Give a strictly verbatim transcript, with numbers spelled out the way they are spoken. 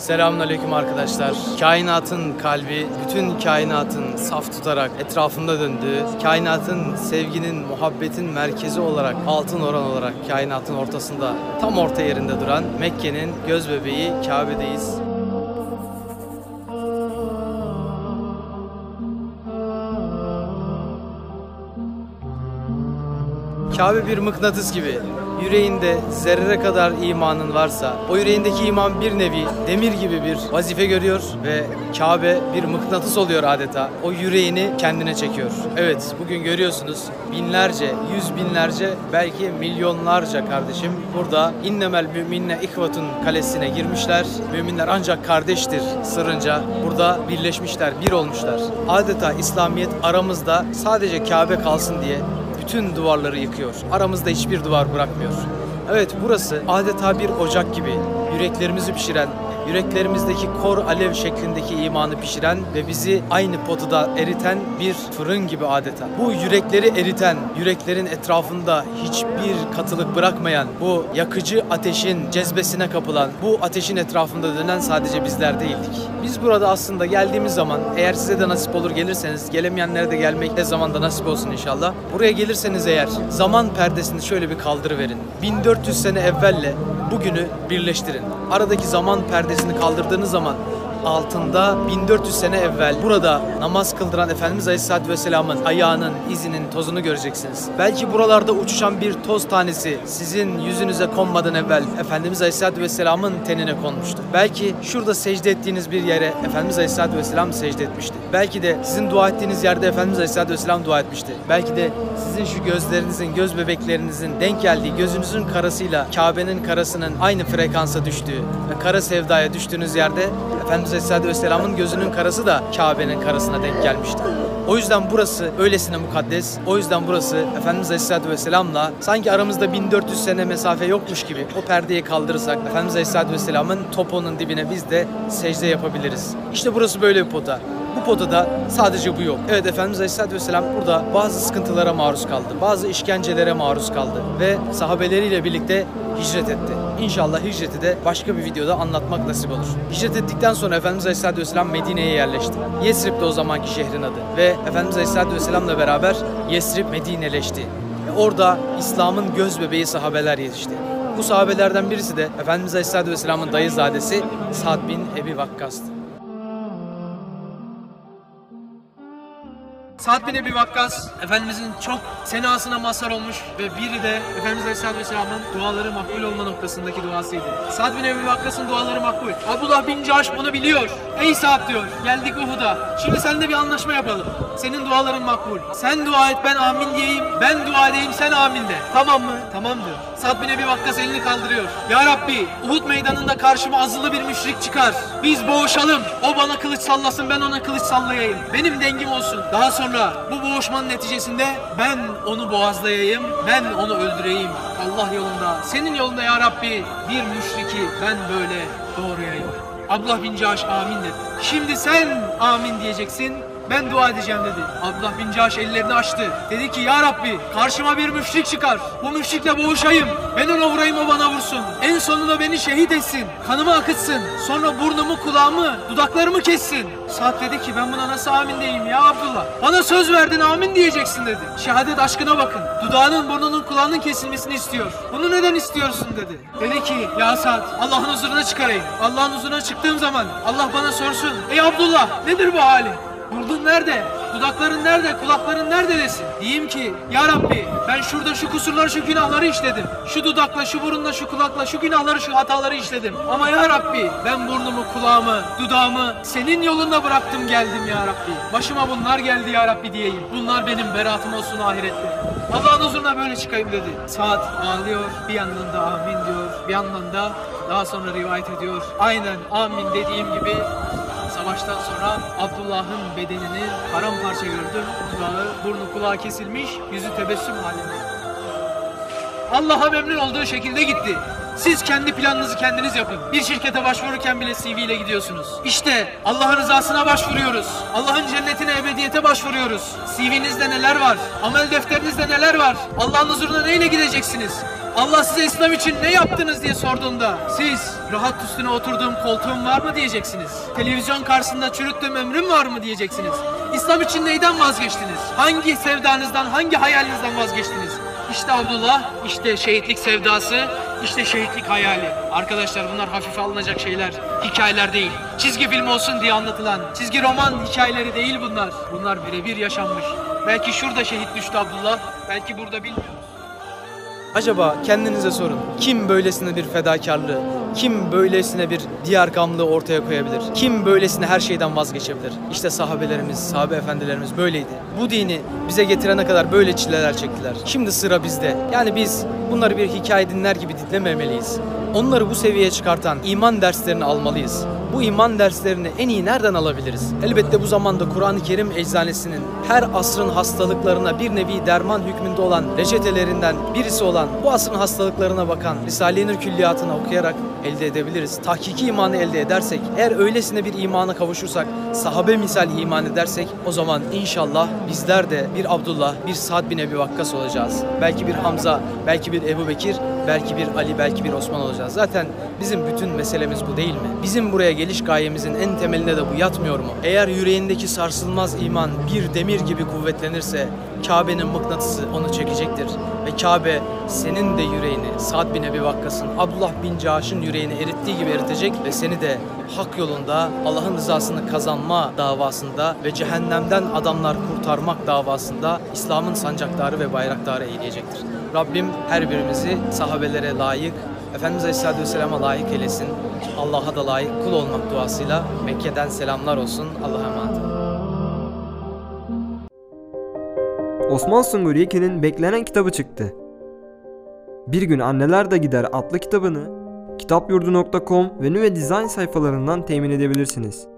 Selamünaleyküm arkadaşlar. Kainatın kalbi, bütün kainatın saf tutarak etrafında döndüğü, kainatın sevginin, muhabbetin merkezi olarak, altın oran olarak kainatın ortasında, tam orta yerinde duran Mekke'nin göz bebeği Kabe'deyiz. Kabe bir mıknatıs gibi. Yüreğinde zerre kadar imanın varsa, o yüreğindeki iman bir nevi demir gibi bir vazife görüyor ve Kabe bir mıknatıs oluyor adeta. O yüreğini kendine çekiyor. Evet, bugün görüyorsunuz binlerce, yüz binlerce, belki milyonlarca kardeşim burada innemel müminne ihvatun kalesine girmişler. Müminler ancak kardeştir sırrınca burada birleşmişler, bir olmuşlar. Adeta İslamiyet aramızda sadece Kabe kalsın diye bütün duvarları yıkıyor. Aramızda hiçbir duvar bırakmıyor. Evet, burası adeta bir ocak gibi yüreklerimizi pişiren, yüreklerimizdeki kor alev şeklindeki imanı pişiren ve bizi aynı potuda eriten bir fırın gibi adeta. Bu yürekleri eriten, yüreklerin etrafında hiçbir katılık bırakmayan, bu yakıcı ateşin cezbesine kapılan, bu ateşin etrafında dönen sadece bizler değildik. Biz burada aslında geldiğimiz zaman, eğer size de nasip olur gelirseniz, gelemeyenlere de gelmek ne zaman da nasip olsun inşallah. Buraya gelirseniz eğer zaman perdesini şöyle bir kaldırıverin. bin dört yüz sene evvelle bugünü birleştirin. Aradaki zaman perdesini kaldırdığınız zaman altında bin dört yüz sene evvel burada namaz kıldıran Efendimiz Aleyhisselatü Vesselam'ın ayağının, izinin, tozunu göreceksiniz. Belki buralarda uçuşan bir toz tanesi sizin yüzünüze konmadan evvel Efendimiz Aleyhisselatü Vesselam'ın tenine konmuştu. Belki şurada secde ettiğiniz bir yere Efendimiz Aleyhisselatü Vesselam secde etmişti. Belki de sizin dua ettiğiniz yerde Efendimiz Aleyhisselatü Vesselam dua etmişti. Belki de sizin şu gözlerinizin, göz bebeklerinizin denk geldiği gözünüzün karasıyla Kabe'nin karasının aynı frekansa düştüğü ve kara sevdaya düştüğünüz yerde Efendimiz Aleyhisselatü Vesselam'ın gözünün karası da Kabe'nin karasına denk gelmişti. O yüzden burası öylesine mukaddes, o yüzden burası Efendimiz Aleyhisselatü Vesselam'la sanki aramızda bin dört yüz sene mesafe yokmuş gibi o perdeyi kaldırırsak Efendimiz Aleyhisselatü Vesselam'ın topuğunun dibine biz de secde yapabiliriz. İşte burası böyle bir pota. Bu potada sadece bu yok. Evet, Efendimiz Aleyhisselatü Vesselam burada bazı sıkıntılara maruz kaldı. Bazı işkencelere maruz kaldı. Ve sahabeleriyle birlikte hicret etti. İnşallah hicreti de başka bir videoda anlatmak nasip olur. Hicret ettikten sonra Efendimiz Aleyhisselatü Vesselam Medine'ye yerleşti. Yesrib de o zamanki şehrin adı. Ve Efendimiz Aleyhisselatü Vesselam'la beraber Yesrib Medineleşti. Ve orada İslam'ın göz bebeği sahabeler yetişti. Bu sahabelerden birisi de Efendimiz Aleyhisselatü Vesselam'ın dayızadesi Sa'd bin Ebi Vakkas'tı. Sa'd bin Ebi Vakkas, Efendimizin çok senasına mazhar olmuş ve biri de Efendimiz Aleyhisselatü Vesselam'ın duaları makbul olma noktasındaki duasıydı. Sa'd bin Ebi Vakkas'ın duaları makbul. Abdullah bin Cahş bunu biliyor. Ey Sa'd diyor, geldik Uhud'a. Şimdi seninle bir anlaşma yapalım. Senin duaların makbul. Sen dua et, ben amin diyeyim. Ben dua edeyim, sen amin de. Tamam mı? Tamam diyor. Sa'd bin Ebi Vakkas elini kaldırıyor. Ya Rabbi, Uhud meydanında karşıma azılı bir müşrik çıkar. Biz boğuşalım. O bana kılıç sallasın, ben ona kılıç sallayayım. Benim dengim olsun. Daha sonra bu boğuşmanın neticesinde ben onu boğazlayayım, ben onu öldüreyim. Allah yolunda, senin yolunda ya Rabbi bir müşriki ben böyle doğrayayım. Abdullah bin Cahş amin dedi. Şimdi sen amin diyeceksin, ben dua edeceğim dedi. Abdullah bin Cahş ellerini açtı. Dedi ki ya Rabbi, karşıma bir müşrik çıkar. Bu müşrikle boğuşayım. Ben ona vurayım, o bana vursun. En sonunda beni şehit etsin. Kanımı akıtsın. Sonra burnumu, kulağımı, dudaklarımı kessin. Sa'd dedi ki ben buna nasıl amin diyeyim ya Abdullah? Bana söz verdin, amin diyeceksin dedi. Şehadet aşkına bakın. Dudağının, burnunun, kulağının kesilmesini istiyor. Bunu neden istiyorsun dedi. Dedi ki ya Sa'd, Allah'ın huzuruna çıkarayım. Allah'ın huzuruna çıktığım zaman Allah bana sorsun. Ey Abdullah, nedir bu hali? Burnun nerede? Dudakların nerede? Kulakların nerede desin? Diyeyim ki ya Rabbi, ben şurada şu kusurları, şu günahları işledim. Şu dudakla, şu burunla, şu kulakla, şu günahları, şu hataları işledim. Ama ya Rabbi, ben burnumu, kulağımı, dudağımı senin yolunda bıraktım geldim ya Rabbi. Başıma bunlar geldi ya Rabbi diyeyim. Bunlar benim beratım olsun ahirette. Allah'ın huzuruna böyle çıkayım dedi. Sa'd ağlıyor, bir yandan da amin diyor. Bir yandan da daha sonra rivayet ediyor. Aynen amin dediğim gibi savaştan sonra Abdullah'ın bedenini paramparça gördüm. Dudağı, burnu, kulağı kesilmiş, yüzü tebessüm halinde. Allah'a memnun olduğu şekilde gitti. Siz kendi planınızı kendiniz yapın. Bir şirkete başvururken bile C V ile gidiyorsunuz. İşte Allah'ın rızasına başvuruyoruz. Allah'ın cennetine, ebediyete başvuruyoruz. C V'nizde neler var? Amel defterinizde neler var? Allah'ın huzuruna neyle gideceksiniz? Allah size İslam için ne yaptınız diye sorduğunda siz rahat üstüne oturduğum koltuğum var mı diyeceksiniz. Televizyon karşısında çürüttüğüm ömrüm var mı diyeceksiniz. İslam için neyden vazgeçtiniz? Hangi sevdanızdan, hangi hayalinizden vazgeçtiniz? İşte Abdullah, işte şehitlik sevdası, işte şehitlik hayali. Arkadaşlar bunlar hafife alınacak şeyler, hikayeler değil. Çizgi film olsun diye anlatılan, çizgi roman hikayeleri değil bunlar. Bunlar birebir yaşanmış. Belki şurada şehit düştü Abdullah, belki burada bilmiyoruz. Acaba kendinize sorun. Kim böylesine bir fedakarlığı, kim böylesine bir diğer gamlığı ortaya koyabilir? Kim böylesine her şeyden vazgeçebilir? İşte sahabelerimiz, sahabe efendilerimiz böyleydi. Bu dini bize getirene kadar böyle çileler çektiler. Şimdi sıra bizde. Yani biz bunları bir hikaye dinler gibi dinlememeliyiz. Onları bu seviyeye çıkartan iman derslerini almalıyız. Bu iman derslerini en iyi nereden alabiliriz? Elbette bu zamanda Kur'an-ı Kerim eczanesinin her asrın hastalıklarına bir nevi derman hükmünde olan reçetelerinden birisi olan bu asrın hastalıklarına bakan Risale-i Nur külliyatını okuyarak elde edebiliriz. Tahkiki imanı elde edersek, eğer öylesine bir imana kavuşursak, sahabe misal iman edersek, o zaman inşallah bizler de bir Abdullah, bir Sa'd bin Ebi Vakkas olacağız. Belki bir Hamza, belki bir Ebu Bekir, belki bir Ali, belki bir Osman olacağız. Zaten bizim bütün meselemiz bu değil mi? Bizim buraya geliş gayemizin en temelinde de bu yatmıyor mu? Eğer yüreğindeki sarsılmaz iman bir demir gibi kuvvetlenirse, Kabe'nin mıknatısı onu çekecektir. Ve Kabe senin de yüreğini, Sa'd bin Ebi Vakkas'ın, Abdullah bin Caş'ın yüreğini erittiği gibi eritecek ve seni de hak yolunda Allah'ın rızasını kazanma davasında ve cehennemden adamlar kurtarmak davasında İslam'ın sancaktarı ve bayraktarı eyleyecektir. Rabbim her birimizi sahabelere layık, Efendimiz Aleyhisselatü Vesselam'a layık eylesin. Allah'a da layık kul olmak duasıyla Mekke'den selamlar olsun. Allah'a emanet. Osman Sungur Yekin'in beklenen kitabı çıktı. Bir Gün Anneler de Gider adlı kitabını kitapyurdu nokta com ve Nüve Design sayfalarından temin edebilirsiniz.